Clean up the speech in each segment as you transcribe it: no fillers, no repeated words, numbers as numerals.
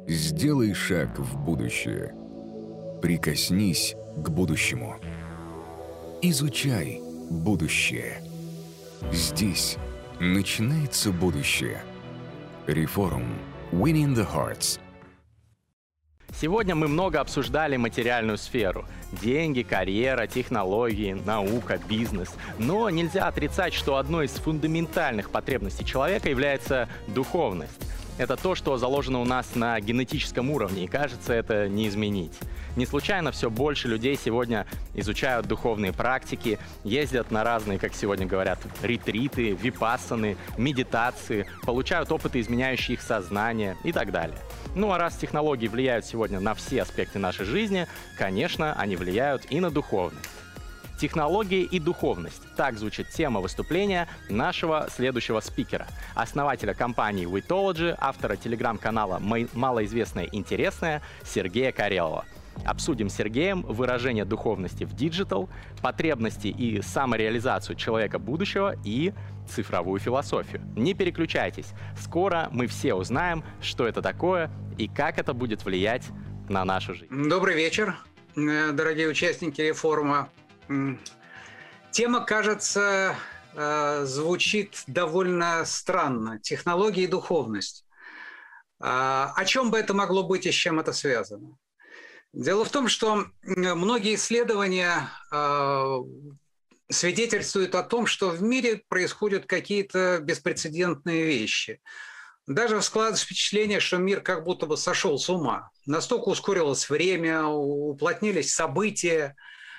Сделай шаг в будущее. Прикоснись к будущему. Изучай будущее. Здесь начинается будущее. Reforum. Winning the Hearts. Сегодня мы много обсуждали материальную сферу. Деньги, карьера, технологии, наука, бизнес. Но нельзя отрицать, что одной из фундаментальных потребностей человека является духовность. Это то, что заложено у нас на генетическом уровне, и кажется, это не изменить. Не случайно все больше людей сегодня изучают духовные практики, ездят на разные, как сегодня говорят, ретриты, випассаны, медитации, получают опыты, изменяющие их сознание и так далее. Ну а раз технологии влияют сегодня на все аспекты нашей жизни, конечно, они влияют и на духовность. Технологии и духовность. Так звучит тема выступления нашего следующего спикера, основателя компании Witology, автора телеграм-канала «Малоизвестное интересное» Сергея Карелова. Обсудим с Сергеем выражение духовности в диджитал, потребности и самореализацию человека будущего и цифровую философию. Не переключайтесь, скоро мы все узнаем, что это такое и как это будет влиять на нашу жизнь. Добрый вечер, дорогие участники форума. Тема, кажется, звучит довольно странно. Технологии и духовность. О чем бы это могло быть и с чем это связано? Дело в том, что многие исследования свидетельствуют о том, что в мире происходят какие-то беспрецедентные вещи. Даже складывается впечатление, что мир как будто бы сошел с ума. Настолько ускорилось время, уплотнились события,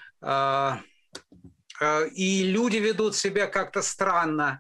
и люди ведут себя как-то странно.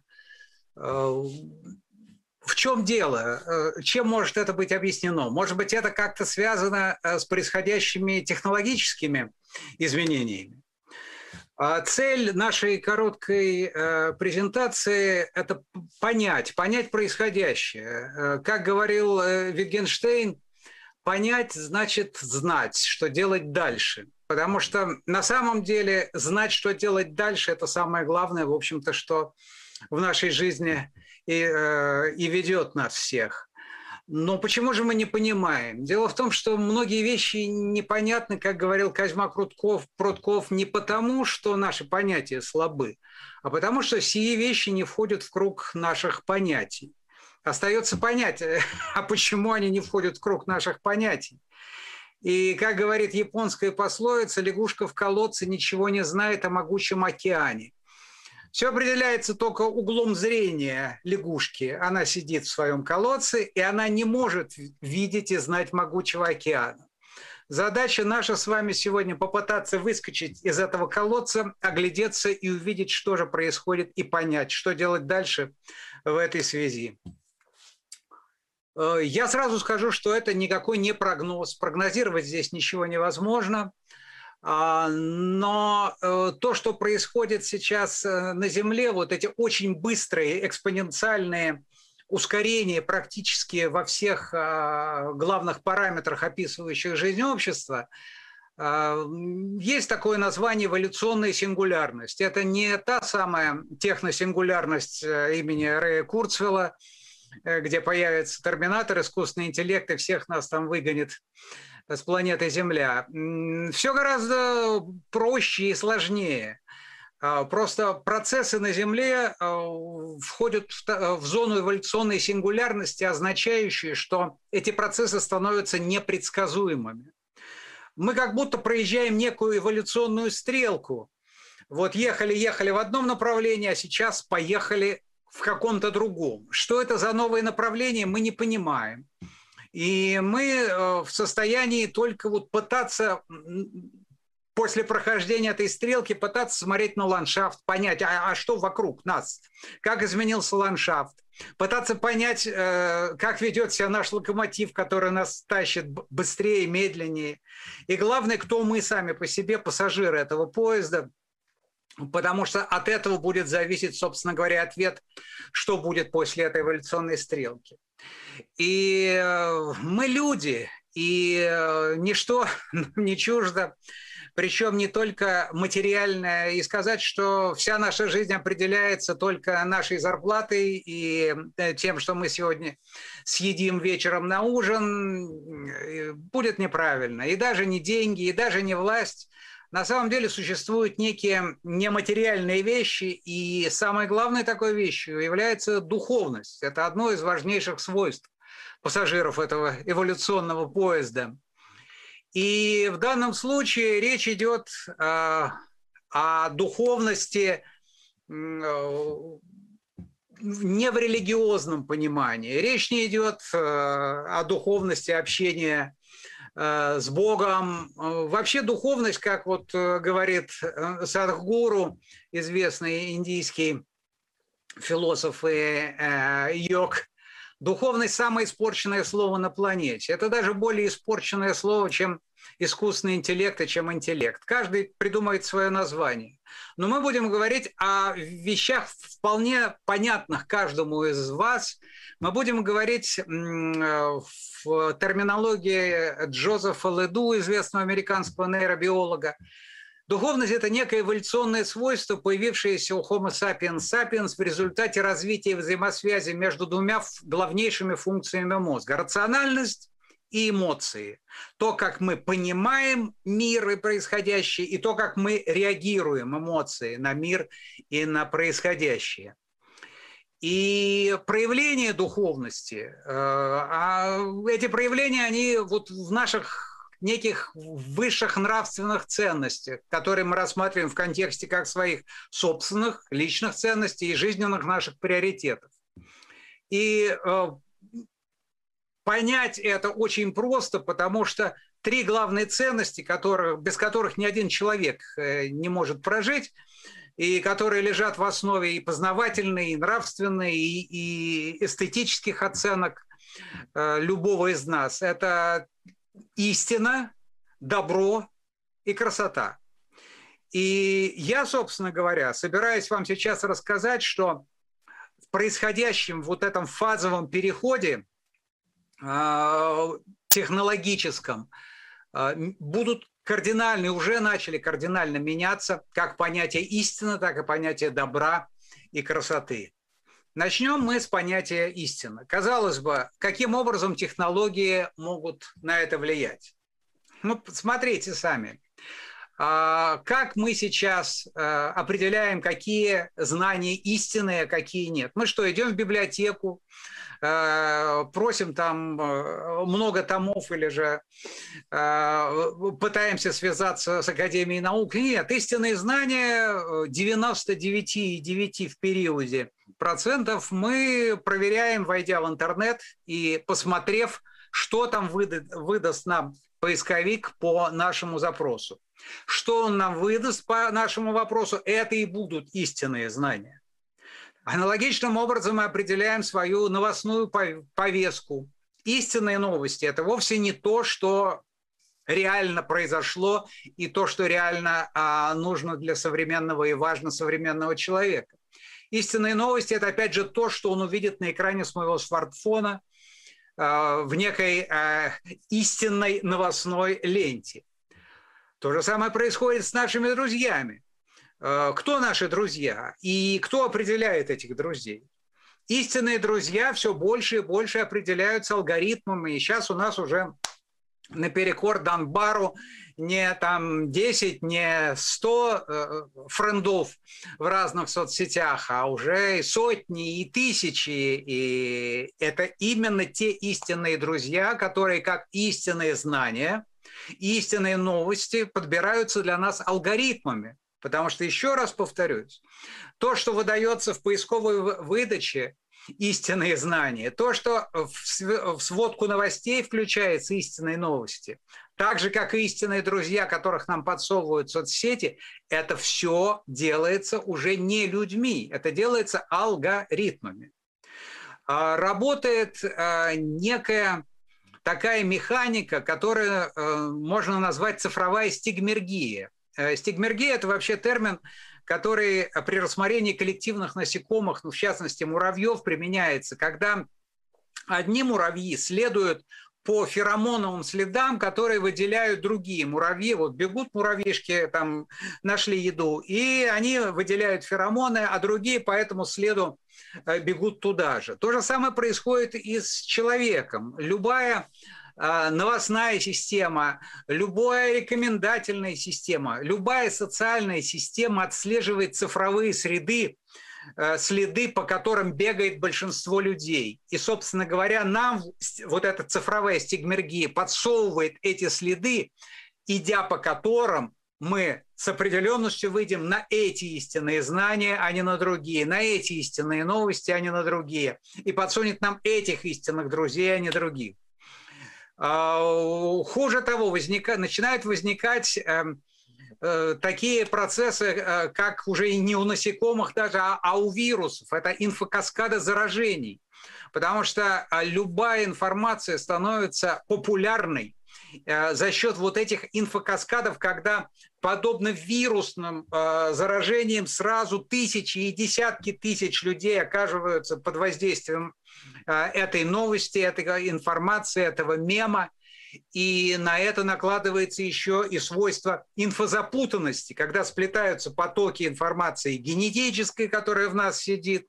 В чем дело? Чем может это быть объяснено? Может быть, это как-то связано с происходящими технологическими изменениями? Цель нашей короткой презентации – это понять происходящее. Как говорил Wittgenstein, понять значит знать, что делать дальше. Потому что на самом деле знать, что делать дальше – это самое главное, в общем-то, что в нашей жизни и ведет нас всех. Но почему же мы не понимаем? Дело в том, что многие вещи непонятны, как говорил Козьма Прутков, не потому, что наши понятия слабы, а потому, что сие вещи не входят в круг наших понятий. Остается понять, а почему они не входят в круг наших понятий. И, как говорит японская пословица, лягушка в колодце ничего не знает о могучем океане. Все определяется только углом зрения лягушки. Она сидит в своем колодце, и она не может видеть и знать могучего океана. Задача наша с вами сегодня попытаться выскочить из этого колодца, оглядеться и увидеть, что же происходит, и понять, что делать дальше в этой связи. Я сразу скажу, что это никакой не прогноз. Прогнозировать здесь ничего невозможно. Но то, что происходит сейчас на Земле, вот эти очень быстрые экспоненциальные ускорения практически во всех главных параметрах, описывающих жизнь общества, есть такое название эволюционная сингулярность. Это не та самая техносингулярность имени Рэя Курцвелла, где появится терминатор, искусственный интеллект и всех нас там выгонит с планеты Земля. Все гораздо проще и сложнее. Просто процессы на Земле входят в зону эволюционной сингулярности, означающую, что эти процессы становятся непредсказуемыми. Мы как будто проезжаем некую эволюционную стрелку. Вот ехали в одном направлении, а сейчас поехали в каком-то другом. Что это за новое направление, мы не понимаем. И мы в состоянии только вот пытаться после прохождения этой стрелки пытаться смотреть на ландшафт, понять, а что вокруг нас, как изменился ландшафт, пытаться понять, как ведет себя наш локомотив, который нас тащит быстрее, медленнее. И главное, кто мы сами по себе, пассажиры этого поезда, потому что от этого будет зависеть, собственно говоря, ответ, что будет после этой эволюционной стрелки. И мы люди, и ничто не чуждо, причем не только материальное, и сказать, что вся наша жизнь определяется только нашей зарплатой и тем, что мы сегодня съедим вечером на ужин, будет неправильно. И даже не деньги, и даже не власть. На самом деле существуют некие нематериальные вещи, и самой главной такой вещью является духовность. Это одно из важнейших свойств пассажиров этого эволюционного поезда. И в данном случае речь идет о духовности не в религиозном понимании. Речь не идет о духовности общения с Богом. Вообще духовность, как вот говорит Садхгуру, известный индийский философ и йог, духовность – самое испорченное слово на планете. Это даже более испорченное слово, чем искусственный интеллект и чем интеллект. Каждый придумает свое название. Но мы будем говорить о вещах вполне понятных каждому из вас. Мы будем говорить в терминологии Джозефа Леду, известного американского нейробиолога. Духовность – это некое эволюционное свойство, появившееся у Homo sapiens sapiens в результате развития взаимосвязи между двумя главнейшими функциями мозга – рациональность и эмоции. То, как мы понимаем мир и происходящее, и то, как мы реагируем, эмоции, на мир и на происходящее. И проявления духовности, эти проявления, они вот в наших неких высших нравственных ценностях, которые мы рассматриваем в контексте как своих собственных личных ценностей и жизненных наших приоритетов. И понять это очень просто, потому что три главные ценности, без которых ни один человек не может прожить, и которые лежат в основе и познавательной, и нравственной, и эстетических оценок любого из нас, это истина, добро и красота. И я, собственно говоря, собираюсь вам сейчас рассказать, что в происходящем вот этом фазовом переходе технологическом будут кардинально, уже начали кардинально меняться как понятие истины, так и понятие добра и красоты. Начнем мы с понятия истины. Казалось бы, каким образом технологии могут на это влиять? Ну, смотрите сами. Как мы сейчас определяем, какие знания истинные, а какие нет? Мы что, идем в библиотеку, просим там много томов или же пытаемся связаться с Академией наук? Нет, истинные знания 99,9% в периоде процентов мы проверяем, войдя в интернет и посмотрев, что там выдаст нам поисковик по нашему запросу. Что он нам выдаст по нашему вопросу, это и будут истинные знания. Аналогичным образом мы определяем свою новостную повестку. Истинные новости – это вовсе не то, что реально произошло, и то, что реально нужно для современного и важно современного человека. Истинные новости – это, опять же, то, что он увидит на экране своего смартфона в некой истинной новостной ленте. То же самое происходит с нашими друзьями. Кто наши друзья и кто определяет этих друзей? Истинные друзья все больше и больше определяются алгоритмами, и сейчас у нас уже наперекор Данбару не там 10, не 100 френдов в разных соцсетях, а уже и сотни, и тысячи. И это именно те истинные друзья, которые как истинные знания, истинные новости подбираются для нас алгоритмами. Потому что, еще раз повторюсь, то, что выдается в поисковой выдаче, истинные знания, то, что в сводку новостей включается истинные новости, так же, как и истинные друзья, которых нам подсовывают соцсети, это все делается уже не людьми, это делается алгоритмами. Работает некая такая механика, которую можно назвать цифровая стигмергия. Стигмергия – это вообще термин, который при рассмотрении коллективных насекомых, ну, в частности муравьев, применяется, когда одни муравьи следуют по феромоновым следам, которые выделяют другие муравьи. Вот бегут муравьишки, там нашли еду, и они выделяют феромоны, а другие по этому следу бегут туда же. То же самое происходит и с человеком. Любая новостная система, любая рекомендательная система, любая социальная система отслеживает цифровые следы, по которым бегает большинство людей. И, собственно говоря, нам вот эта цифровая стигмергия подсовывает эти следы, идя по которым мы с определенностью выйдем на эти истинные знания, а не на другие, на эти истинные новости, а не на другие, и подсунет нам этих истинных друзей, а не других. Хуже того, начинают возникать такие процессы, как уже и не у насекомых даже, а у вирусов. Это инфокаскады заражений. Потому что любая информация становится популярной за счет вот этих инфокаскадов, когда подобно вирусным заражениям сразу тысячи и десятки тысяч людей оказываются под воздействием этой новости, этой информации, этого мема. И на это накладывается еще и свойство инфозапутанности, когда сплетаются потоки информации генетической, которая в нас сидит,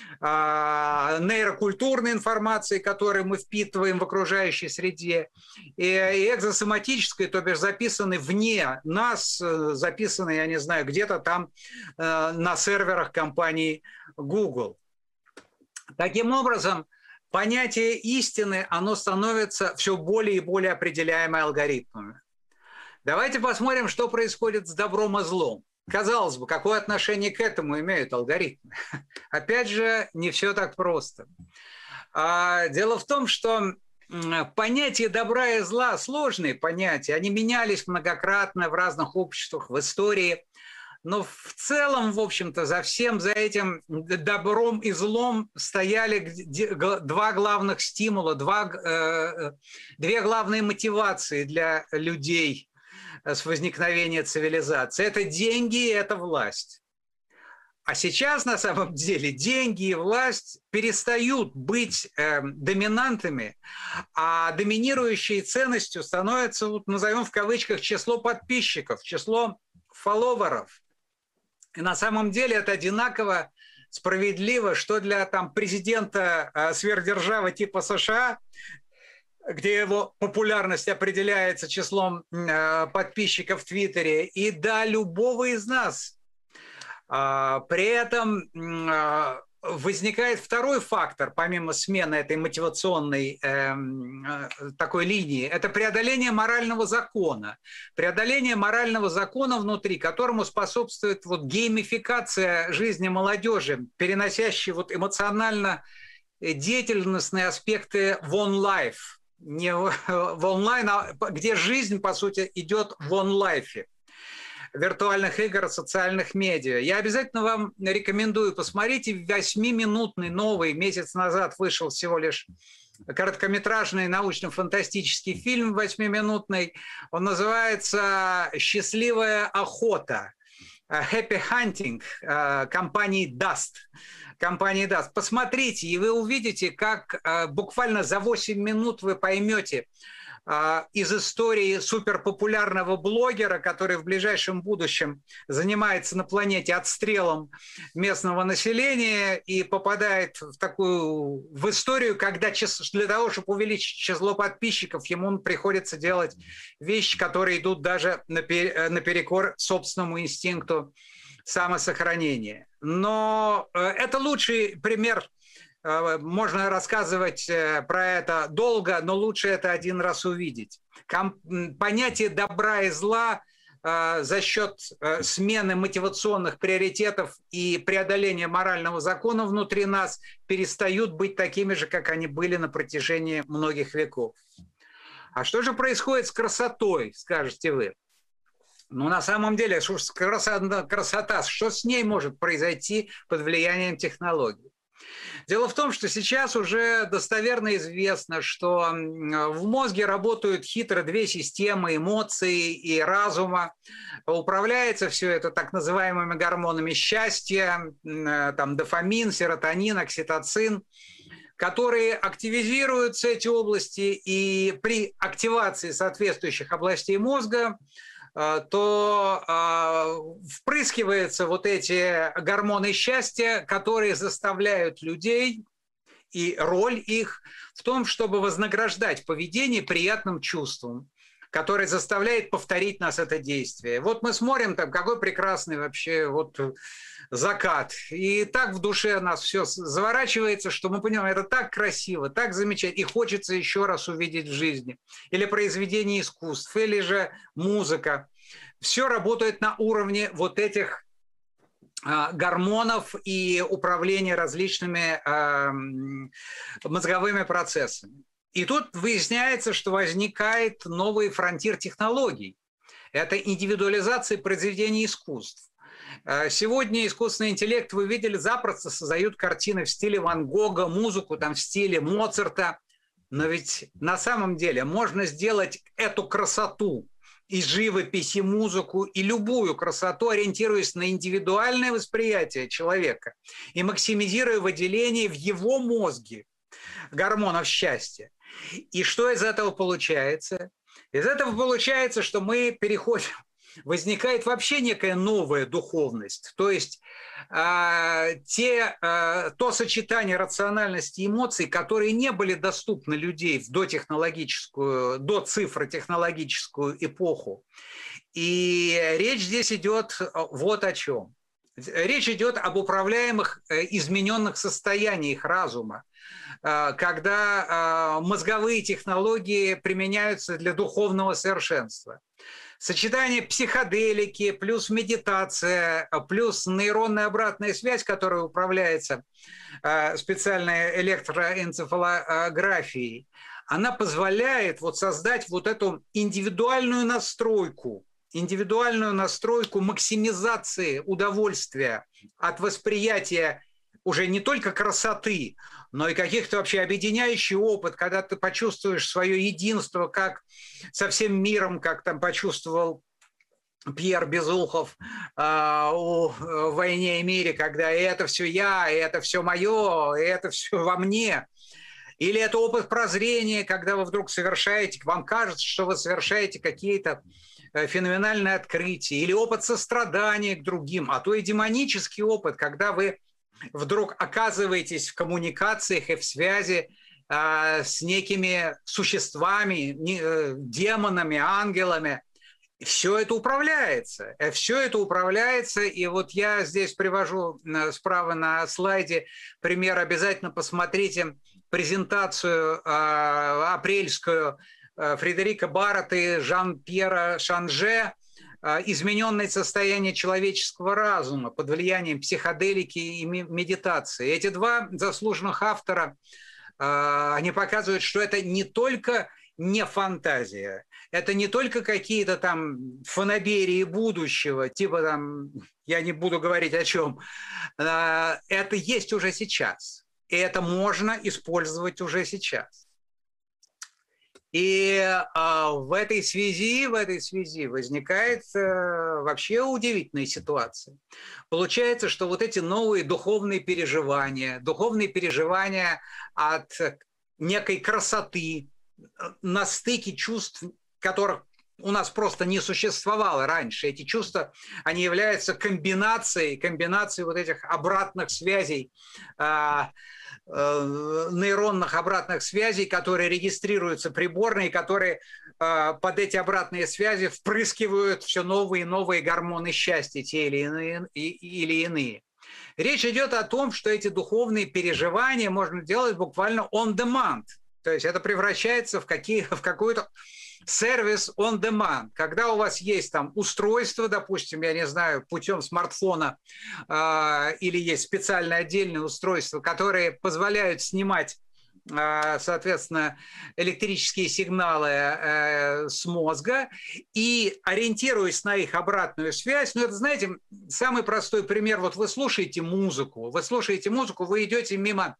нейрокультурной информации, которую мы впитываем в окружающей среде, и экзосоматической, то бишь записанной вне нас, записанной, я не знаю, где-то там на серверах компании Google. Таким образом, понятие истины, оно становится все более и более определяемым алгоритмами. Давайте посмотрим, что происходит с добром и злом. Казалось бы, какое отношение к этому имеют алгоритмы? Опять же, не все так просто. Дело в том, что понятие добра и зла – сложные понятия. Они менялись многократно в разных обществах, в истории. Но в целом, в общем-то, за этим добром и злом стояли два главных стимула, две главные мотивации для людей с возникновения цивилизации. Это деньги и это власть. А сейчас, на самом деле, деньги и власть перестают быть доминантами, а доминирующей ценностью становится, вот, назовем в кавычках, число подписчиков, число фолловеров. И на самом деле это одинаково справедливо, что для президента сверхдержавы типа США, где его популярность определяется числом подписчиков в Твиттере, и до любого из нас. При этом возникает второй фактор, помимо смены этой мотивационной такой линии, это преодоление морального закона. Преодоление морального закона внутри, которому способствует вот геймификация жизни молодежи, переносящая вот эмоционально деятельностные аспекты в онлайф. Не в онлайн, а где жизнь, по сути, идет в онлайфе. Виртуальных игр, социальных медиа. Я обязательно вам рекомендую, посмотрите 8-минутный новый, месяц назад вышел всего лишь короткометражный научно-фантастический фильм 8-минутный. Он называется «Счастливая охота». Happy Hunting компании Dust. Посмотрите, и вы увидите, как буквально за 8 минут вы поймете из истории суперпопулярного блогера, который в ближайшем будущем занимается на планете отстрелом местного населения и попадает в историю, когда для того, чтобы увеличить число подписчиков, ему приходится делать вещи, которые идут даже наперекор собственному инстинкту самосохранения. Но это лучший пример. Можно рассказывать про это долго, но лучше это один раз увидеть. Понятие добра и зла за счет смены мотивационных приоритетов и преодоления морального закона внутри нас перестают быть такими же, как они были на протяжении многих веков. А что же происходит с красотой, скажете вы? Ну, на самом деле, красота, что с ней может произойти под влиянием технологий? Дело в том, что сейчас уже достоверно известно, что в мозге работают хитро две системы эмоций и разума. Управляется все это так называемыми гормонами счастья, там дофамин, серотонин, окситоцин. которые активизируются, эти области, и при активации соответствующих областей мозга то впрыскиваются вот эти гормоны счастья, которые заставляют людей, и роль их в том, чтобы вознаграждать поведение приятным чувством, которое заставляет повторить нас это действие. Вот мы смотрим, там, какой прекрасный вообще вот закат. И так в душе нас все заворачивается, что мы понимаем, это так красиво, так замечательно, и хочется еще раз увидеть в жизни. Или произведение искусств, или же музыка. Все работает на уровне вот этих гормонов и управления различными мозговыми процессами. И тут выясняется, что возникает новый фронтир технологий. Это индивидуализация произведений искусств. Сегодня искусственный интеллект, вы видели, запросто создают картины в стиле Ван Гога, музыку там в стиле Моцарта. Но ведь на самом деле можно сделать эту красоту и живопись, и музыку, и любую красоту, ориентируясь на индивидуальное восприятие человека и максимизируя выделение в его мозге гормонов счастья. И что из этого получается? Из этого получается, что мы переходим, возникает вообще некая новая духовность, то есть то сочетание рациональности и эмоций, которые не были доступны людей в доцифротехнологическую эпоху. И речь здесь идет вот о чем. Речь идет об управляемых измененных состояниях разума, когда мозговые технологии применяются для духовного совершенства. Сочетание психоделики плюс медитация, плюс нейронная обратная связь, которая управляется специальной электроэнцефалографией, она позволяет вот создать вот эту индивидуальную настройку максимизации удовольствия от восприятия уже не только красоты, но и каких-то вообще объединяющий опыт, когда ты почувствуешь свое единство как со всем миром, как там почувствовал Пьер Безухов о «Войне и мире», когда это все я, и это все мое, и это все во мне. Или это опыт прозрения, когда вы вдруг совершаете, вам кажется, что вы совершаете какие-то феноменальные открытия, или опыт сострадания к другим, а то и демонический опыт, когда вы вдруг оказываетесь в коммуникациях и в связи с некими существами, демонами, ангелами. Все это управляется. И вот я здесь привожу справа на слайде пример. Обязательно посмотрите презентацию апрельскую Фредерика Барретта и Жан-Пьера Шанже «Измененное состояние человеческого разума под влиянием психоделики и медитации». Эти два заслуженных автора, они показывают, что это не только не фантазия, это не только какие-то там фанаберии будущего, типа там, я не буду говорить о чем, это есть уже сейчас, и это можно использовать уже сейчас. И в этой связи возникает вообще удивительная ситуация. Получается, что вот эти новые духовные переживания от некой красоты на стыке чувств, которых у нас просто не существовало раньше. Эти чувства, они являются комбинацией вот этих обратных связей, нейронных обратных связей, которые регистрируются приборно и которые под эти обратные связи впрыскивают все новые и новые гормоны счастья, те или иные. Речь идет о том, что эти духовные переживания можно делать буквально on demand. То есть это превращается в какой-то сервис on demand, когда у вас есть там устройство, допустим, я не знаю, путем смартфона или есть специальные отдельные устройства, которые позволяют снимать, соответственно, электрические сигналы с мозга и, ориентируясь на их обратную связь, это, знаете, самый простой пример, вот вы слушаете музыку, вы идете мимо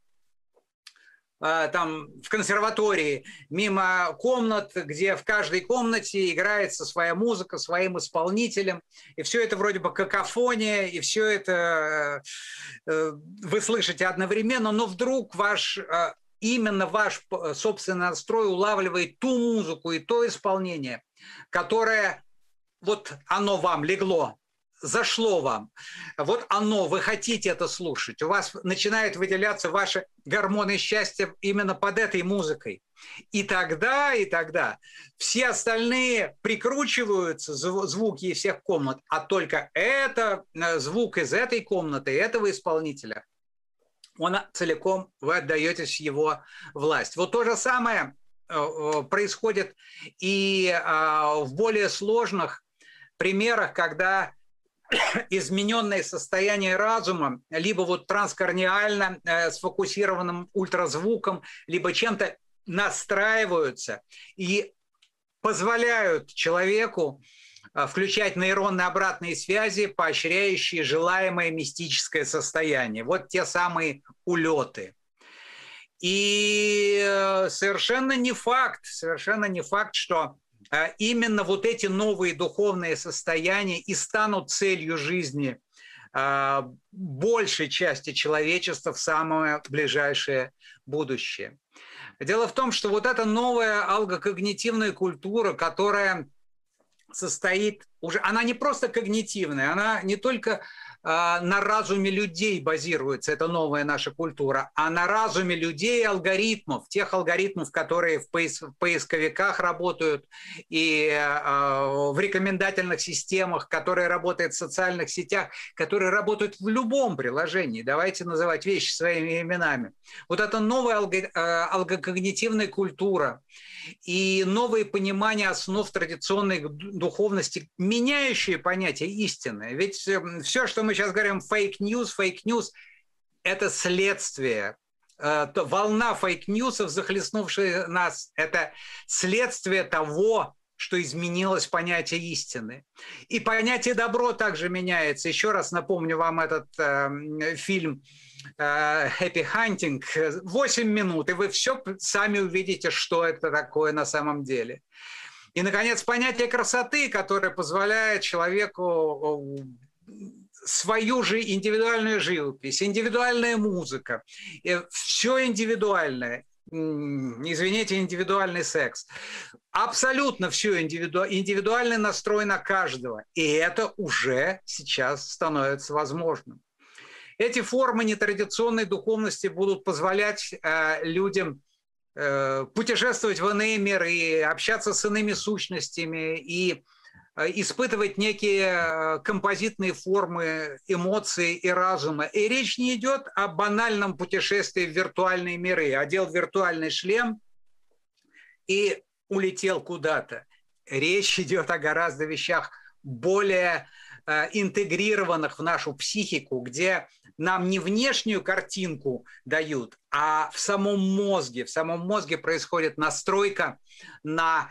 там в консерватории, мимо комнат, где в каждой комнате играется своя музыка своим исполнителем, и все это вроде бы какофония, и все это вы слышите одновременно, но вдруг ваш именно ваш собственный настрой улавливает ту музыку и то исполнение, которое вот оно вам легло, зашло вам, вот оно, вы хотите это слушать, у вас начинают выделяться ваши гормоны счастья именно под этой музыкой. И тогда все остальные прикручиваются, звуки из всех комнат, а только это звук из этой комнаты, этого исполнителя, он целиком, вы отдаетесь в его власть. Вот то же самое происходит и в более сложных примерах, когда измененное состояние разума либо вот транскорниально сфокусированным ультразвуком, либо чем-то настраиваются и позволяют человеку включать нейронные обратные связи, поощряющие желаемое мистическое состояние. Вот те самые улеты. И совершенно не факт, что именно вот эти новые духовные состояния и станут целью жизни большей части человечества в самое ближайшее будущее. Дело в том, что вот эта новая алгокогнитивная культура, которая состоит уже, она не просто когнитивная, она не только на разуме людей базируется, эта новая наша культура, а на разуме людей и алгоритмов, тех алгоритмов, которые в поисковиках работают и в рекомендательных системах, которые работают в социальных сетях, которые работают в любом приложении. Давайте называть вещи своими именами. Вот это новая алгокогнитивная культура и новые понимания основ традиционной духовности, меняющие понятие истины. Ведь все, что мы сейчас говорим, фейк-ньюс, это следствие. Волна фейк-ньюсов, захлестнувшая нас, это следствие того, что изменилось понятие истины. И понятие добро также меняется. Еще раз напомню вам этот фильм «Happy Hunting». 8 минут, и вы все сами увидите, что это такое на самом деле. И, наконец, понятие красоты, которое позволяет человеку свою же индивидуальную живопись, индивидуальная музыка, все индивидуальное, извините, индивидуальный секс. Абсолютно все индивидуальный настрой на каждого. И это уже сейчас становится возможным. Эти формы нетрадиционной духовности будут позволять людям путешествовать в иные миры, общаться с иными сущностями и испытывать некие композитные формы эмоций и разума. И речь не идет о банальном путешествии в виртуальные миры. Одел виртуальный шлем и улетел куда-то. Речь идет о гораздо вещах более интегрированных в нашу психику, где нам не внешнюю картинку дают, а в самом мозге происходит настройка на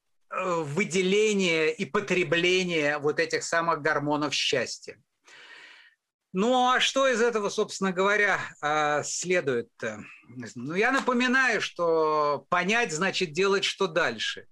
выделение и потребление вот этих самых гормонов счастья. Ну а что из этого, собственно говоря, следует? Ну, я напоминаю, что понять значит делать, что дальше.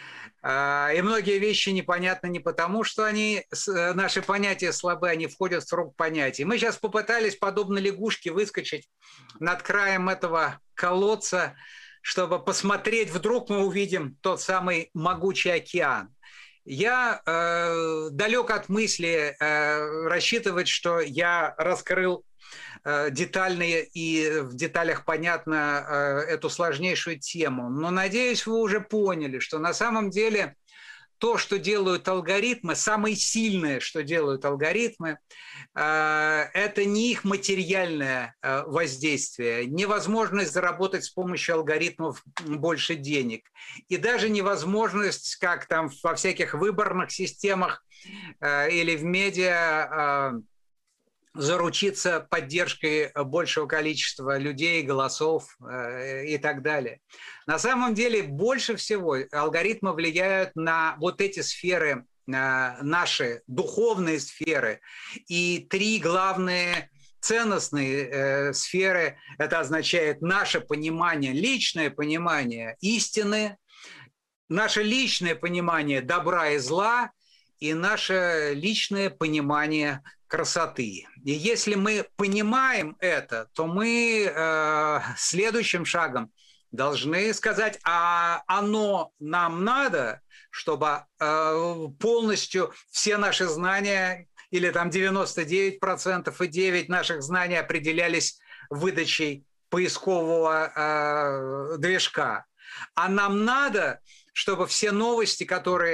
И многие вещи непонятны не потому, что наши понятия слабы, они входят в срок понятий. Мы сейчас попытались, подобно лягушке, выскочить над краем этого колодца, чтобы посмотреть, вдруг мы увидим тот самый могучий океан. Я далек от мысли рассчитывать, что я раскрыл детально и в деталях понятно эту сложнейшую тему. Но, надеюсь, вы уже поняли, что на самом деле то, что делают алгоритмы, самое сильное, что делают алгоритмы, это не их материальное воздействие, невозможность заработать с помощью алгоритмов больше денег. И даже невозможность, как там во всяких выборных системах или в медиа, заручиться поддержкой большего количества людей, голосов и так далее. На самом деле больше всего алгоритмы влияют на вот эти сферы, наши духовные сферы. И 3 главные ценностные сферы – это означает наше понимание, личное понимание истины, наше личное понимание добра и зла, и наше личное понимание красоты. И если мы понимаем это, то мы следующим шагом должны сказать, а оно нам надо, чтобы полностью все наши знания, или там 99% и 9 наших знаний определялись выдачей поискового движка. А нам надо, чтобы все новости,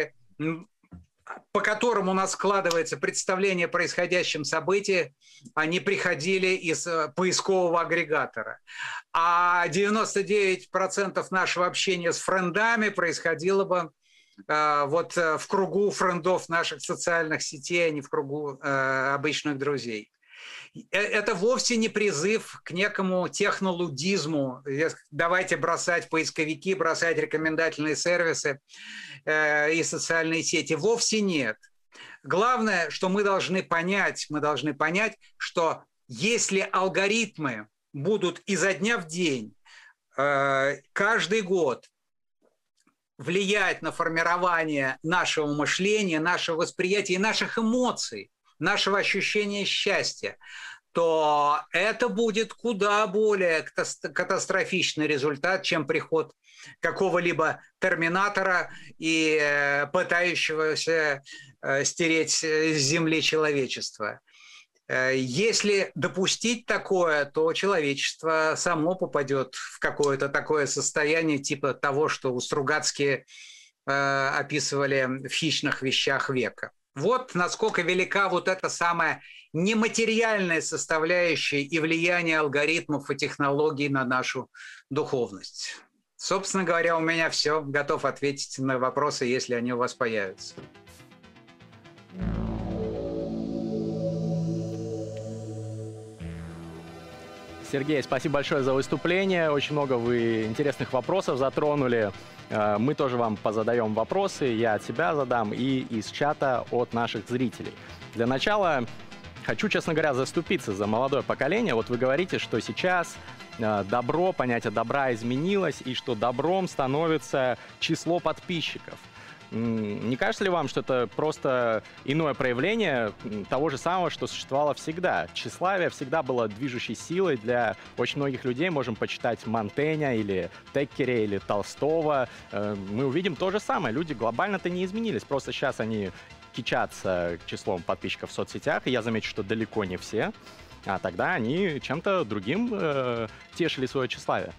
по которым у нас складывается представление о происходящем событии, они приходили из поискового агрегатора. А 99% нашего общения с френдами происходило бы вот в кругу френдов наших социальных сетей, а не в кругу обычных друзей. Это вовсе не призыв к некому технолудизму. Давайте бросать поисковики, бросать рекомендательные сервисы и социальные сети. Вовсе нет. Главное, что мы должны понять, что если алгоритмы будут изо дня в день, каждый год влиять на формирование нашего мышления, нашего восприятия и наших эмоций, нашего ощущения счастья, то это будет куда более катастрофичный результат, чем приход какого-либо терминатора и пытающегося стереть с земли человечество. Если допустить такое, то человечество само попадет в какое-то такое состояние типа того, что Стругацкие описывали в «Хищных вещах века». Вот насколько велика вот эта самая нематериальная составляющая и влияние алгоритмов и технологий на нашу духовность. Собственно говоря, у меня все. Готов ответить на вопросы, если они у вас появятся. Сергей, спасибо большое за выступление. Очень много вы интересных вопросов затронули. Мы тоже вам позадаем вопросы. Я от себя задам и из чата от наших зрителей. Для начала хочу, честно говоря, заступиться за молодое поколение. Вот вы говорите, что сейчас добро, понятие добра изменилось, и что добром становится число подписчиков. Не кажется ли вам, что это просто иное проявление того же самого, что существовало всегда? Тщеславие всегда было движущей силой для очень многих людей. Можем почитать Монтэня или Теккеря или Толстого. Мы увидим то же самое. Люди глобально-то не изменились. Просто сейчас они кичатся числом подписчиков в соцсетях. И я замечу, что далеко не все. А тогда они чем-то другим тешили свое тщеславие.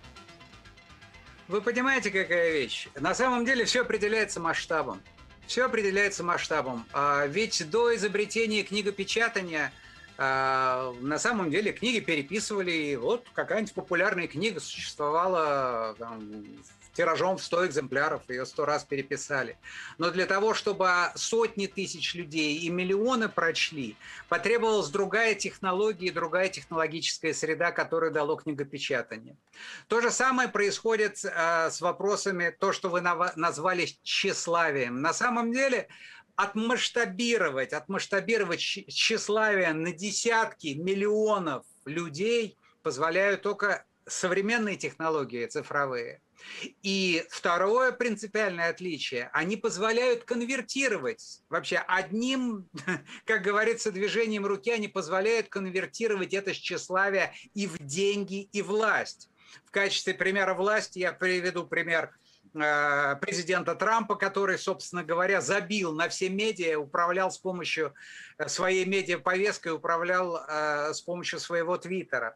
Вы понимаете, какая вещь? На самом деле все определяется масштабом. Все определяется масштабом. Ведь до изобретения книгопечатания на самом деле книги переписывали. И вот какая-нибудь популярная книга существовала тиражом в 100 экземпляров, ее 100 раз переписали. Но для того, чтобы сотни тысяч людей и миллионы прочли, потребовалась другая технология и другая технологическая среда, которую дало книгопечатание. То же самое происходит с вопросами, то, что вы назвали тщеславием. На самом деле отмасштабировать тщеславие на десятки миллионов людей позволяют только современные технологии цифровые. И второе принципиальное отличие, они позволяют конвертировать, вообще одним, как говорится, движением руки, они позволяют конвертировать это тщеславие и в деньги, и власть. В качестве примера власти я приведу пример президента Трампа, который, собственно говоря, забил на все медиа, управлял с помощью своей медиаповесткой, управлял с помощью своего твиттера.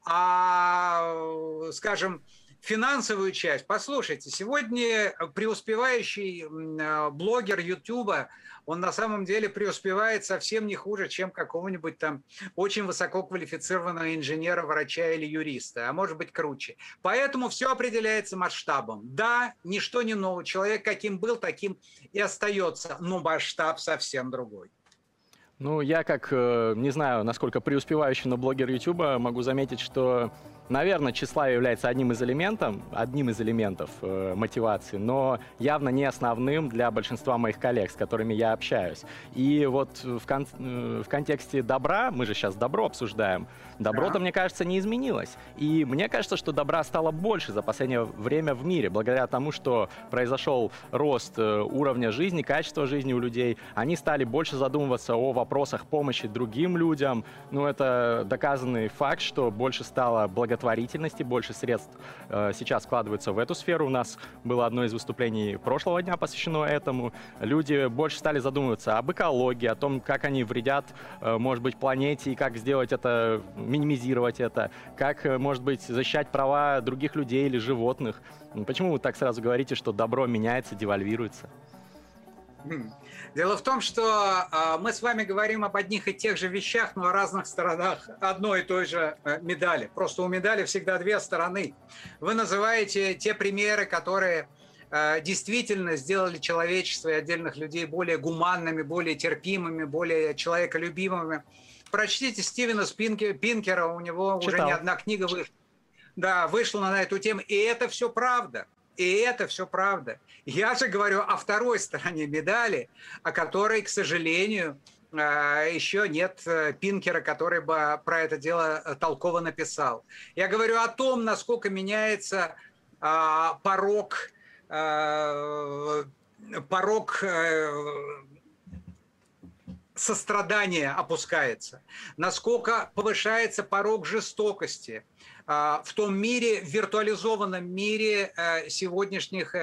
Скажем, финансовую часть. Послушайте, сегодня преуспевающий блогер Ютуба, он на самом деле преуспевает совсем не хуже, чем какого-нибудь там очень высококвалифицированного инженера, врача или юриста, а может быть круче. Поэтому все определяется масштабом. Да, ничто не новое. Человек каким был, таким и остается, но масштаб совсем другой. Ну, я как, не знаю, насколько преуспевающий, но блогер Ютуба, могу заметить, что наверное, тщеславие является одним из элементов мотивации, но явно не основным для большинства моих коллег, с которыми я общаюсь. И вот в контексте добра, мы же сейчас добро обсуждаем, добро-то, мне кажется, не изменилось. И мне кажется, что добра стало больше за последнее время в мире, благодаря тому, что произошел рост уровня жизни, качества жизни у людей. Они стали больше задумываться о вопросах помощи другим людям. Ну, это доказанный факт, что больше стало благотворительности, больше средств сейчас вкладываются в эту сферу. У нас было одно из выступлений прошлого дня посвящено этому. Люди больше стали задумываться об экологии, о том, как они вредят, может быть, планете, и как сделать это, минимизировать это, как, может быть, защищать права других людей или животных. Почему вы так сразу говорите, что добро меняется, девальвируется? Дело в том, что мы с вами говорим об одних и тех же вещах, но о разных сторонах одной и той же медали. Просто у медали всегда две стороны. Вы называете те примеры, которые действительно сделали человечество и отдельных людей более гуманными, более терпимыми, более человеколюбимыми. Прочтите Стивена Пинкера, у него Читал. уже не одна книга вышла на эту тему, и это все правда. И это все правда. Я же говорю о второй стороне медали, о которой, к сожалению, еще нет Пинкера, который бы про это дело толково написал. Я говорю о том, насколько меняется порог сострадания опускается, насколько повышается порог жестокости в том мире, в виртуализованном мире сегодняшних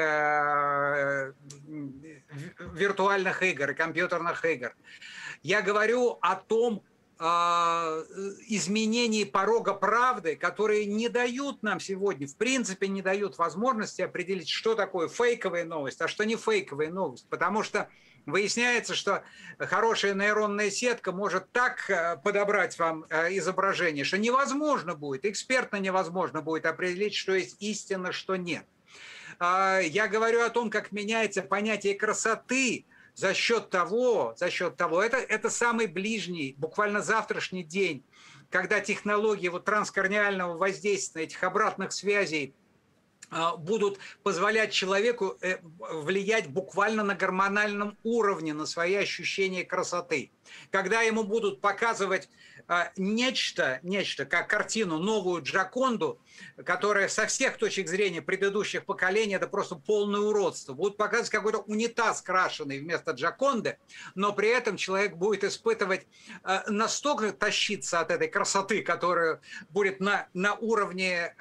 виртуальных игр и компьютерных игр. Я говорю о том изменении порога правды, которые не дают нам сегодня, в принципе, не дают возможности определить, что такое фейковая новость, а что не фейковая новость. Потому что выясняется, что хорошая нейронная сетка может так подобрать вам изображение, что невозможно будет, экспертно невозможно будет определить, что есть истина, что нет. Я говорю о том, как меняется понятие красоты за счет того, это самый ближний, буквально завтрашний день, когда технологии транскраниального воздействия, этих обратных связей будут позволять человеку влиять буквально на гормональном уровне на свои ощущения красоты. Когда ему будут показывать нечто, как картину, новую Джоконду, которая со всех точек зрения предыдущих поколений это просто полное уродство. Будут показывать какой-то унитаз крашеный вместо Джоконды, но при этом человек будет испытывать настолько тащиться от этой красоты, которая будет на уровне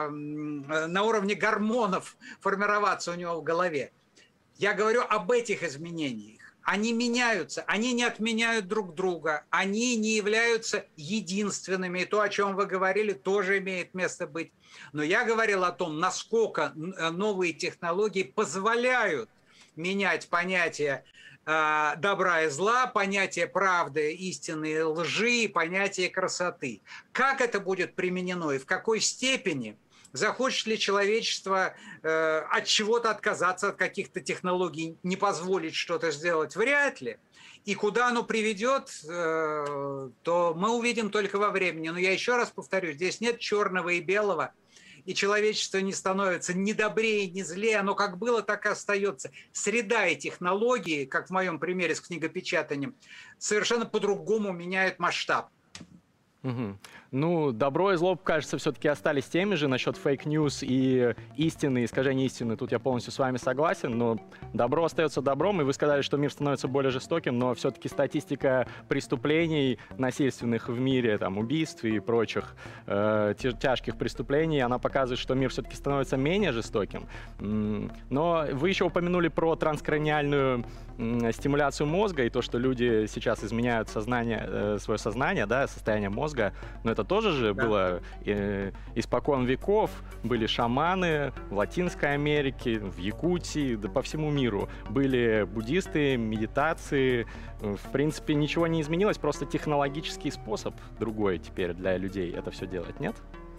гормонов формироваться у него в голове. Я говорю об этих изменениях. Они меняются, они не отменяют друг друга, они не являются единственными. И то, о чем вы говорили, тоже имеет место быть. Но я говорил о том, насколько новые технологии позволяют менять понятие добра и зла, понятие правды, истины и лжи, понятие красоты. Как это будет применено и в какой степени? Захочет ли человечество от чего-то отказаться, от каких-то технологий, не позволить что-то сделать? Вряд ли. И куда оно приведет, то мы увидим только во времени. Но я еще раз повторю, здесь нет черного и белого, и человечество не становится ни добрее, ни злее. Оно как было, так и остается. Среда и технологии, как в моем примере с книгопечатанием, совершенно по-другому меняют масштаб. Угу. Ну, добро и зло, кажется, все-таки остались теми же насчет фейк-ньюс и истины, искажения истины. Тут я полностью с вами согласен, но добро остается добром, и вы сказали, что мир становится более жестоким, но все-таки статистика преступлений насильственных в мире, там, убийств и прочих тяжких преступлений, она показывает, что мир все-таки становится менее жестоким. Но вы еще упомянули про транскраниальную стимуляцию мозга и то, что люди сейчас изменяют свое сознание, да, состояние мозга, но это тоже же было испокон веков, были шаманы в Латинской Америке, в Якутии, да по всему миру, были буддисты, медитации, в принципе ничего не изменилось, просто технологический способ другой теперь для людей это все делать, нет?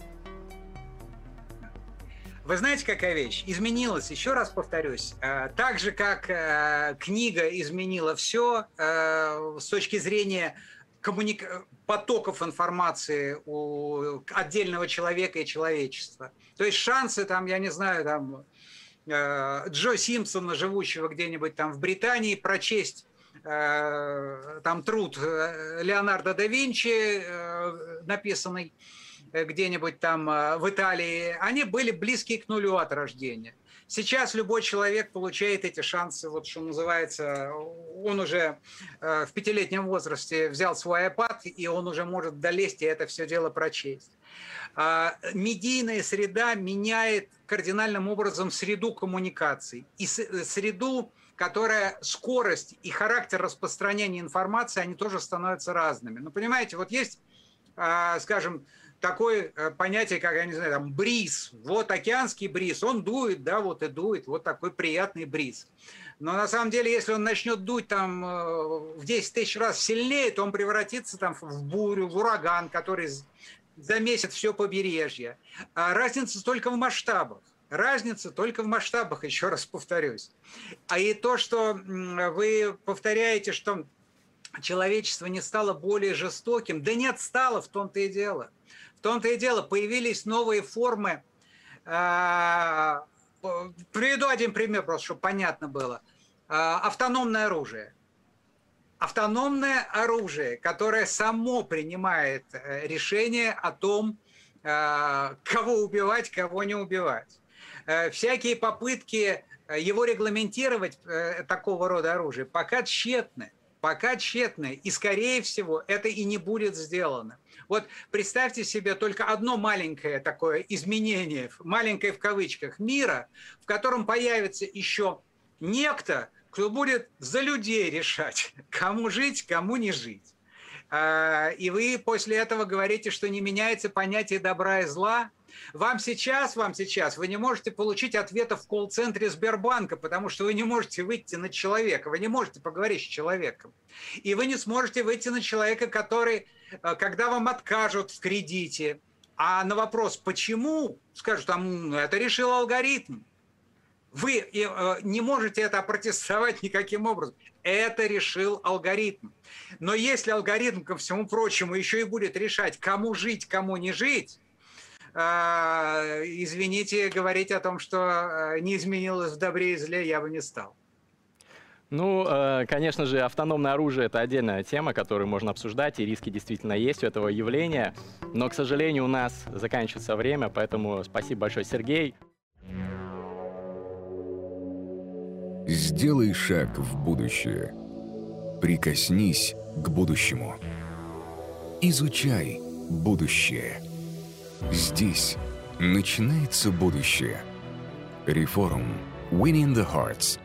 Вы знаете, какая вещь? Изменилась, еще раз повторюсь, так же, как книга изменила все с точки зрения потоков информации у отдельного человека и человечества. То есть шансы, там, я не знаю, там, Джо Симпсона, живущего где-нибудь там в Британии, прочесть там труд Леонардо да Винчи, написанный где-нибудь там в Италии, они были близки к нулю от рождения. Сейчас любой человек получает эти шансы, вот что называется, он уже в 5-летнем возрасте взял свой iPad, и он уже может долезть и это все дело прочесть. Медийная среда меняет кардинальным образом среду коммуникаций и среду, которая скорость и характер распространения информации, они тоже становятся разными. Ну, понимаете, вот есть, скажем, такое понятие, как, я не знаю, там, бриз. Вот океанский бриз, он дует, да, вот и дует, вот такой приятный бриз. Но на самом деле, если он начнет дуть там в 10 тысяч раз сильнее, то он превратится там в бурю, в ураган, который замесит все побережье. А разница только в масштабах. Разница только в масштабах, еще раз повторюсь. А и то, что вы повторяете, что человечество не стало более жестоким, да нет, стало, в том-то и дело. В том-то и дело, появились новые формы. Приведу один пример, просто чтобы понятно было. Автономное оружие. Автономное оружие, которое само принимает решение о том, кого убивать, кого не убивать. Всякие попытки его регламентировать, такого рода оружие, пока тщетны. И, скорее всего, это и не будет сделано. Вот представьте себе только одно маленькое такое изменение, маленькое в кавычках, мира, в котором появится еще некто, кто будет за людей решать, кому жить, кому не жить. И вы после этого говорите, что не меняется понятие добра и зла. Вам сейчас, вы не можете получить ответа в колл-центре Сбербанка, потому что вы не можете выйти на человека, вы не можете поговорить с человеком. И вы не сможете выйти на человека, который, когда вам откажут в кредите, а на вопрос «почему?» скажут, это решил алгоритм. Вы не можете это опротестовать никаким образом. Это решил алгоритм. Но если алгоритм, ко всему прочему, еще и будет решать, кому жить, кому не жить, извините, говорить о том, что не изменилось в добре и зле, я бы не стал. Ну, конечно же, автономное оружие – это отдельная тема, которую можно обсуждать, и риски действительно есть у этого явления. Но, к сожалению, у нас заканчивается время, поэтому спасибо большое, Сергей. Сделай шаг в будущее. Прикоснись к будущему. Изучай будущее. Здесь начинается будущее. Reforum. Winning the Hearts.